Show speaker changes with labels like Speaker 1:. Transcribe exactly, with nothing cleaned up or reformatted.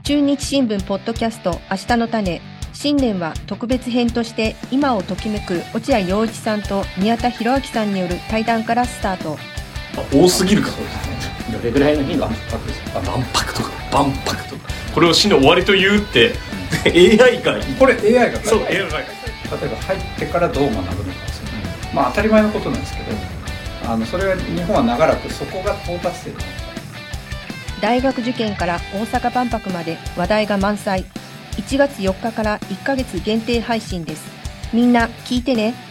Speaker 1: 中日新聞ポッドキャスト明日の種、新年は特別編として今をときめく落合陽一さんと宮田裕明さんによる対談からスタート。
Speaker 2: 多すぎるか。
Speaker 3: そうですね。どれぐらいの日が万博ですか。
Speaker 2: 万博とか万博とか、これを死の終わりと言うって、うん、エーアイ が
Speaker 3: これ エーアイ が
Speaker 2: そう エーアイ が
Speaker 3: 例えば入ってからどう学ぶのかですよね。まあ当たり前のことなんですけど、あのそれは日本は長らくそこが到達点なんです。
Speaker 1: 大学受験から大阪万博まで話題が満載。いちがつよっかからいっかげつ限定配信です。みんな聞いてね。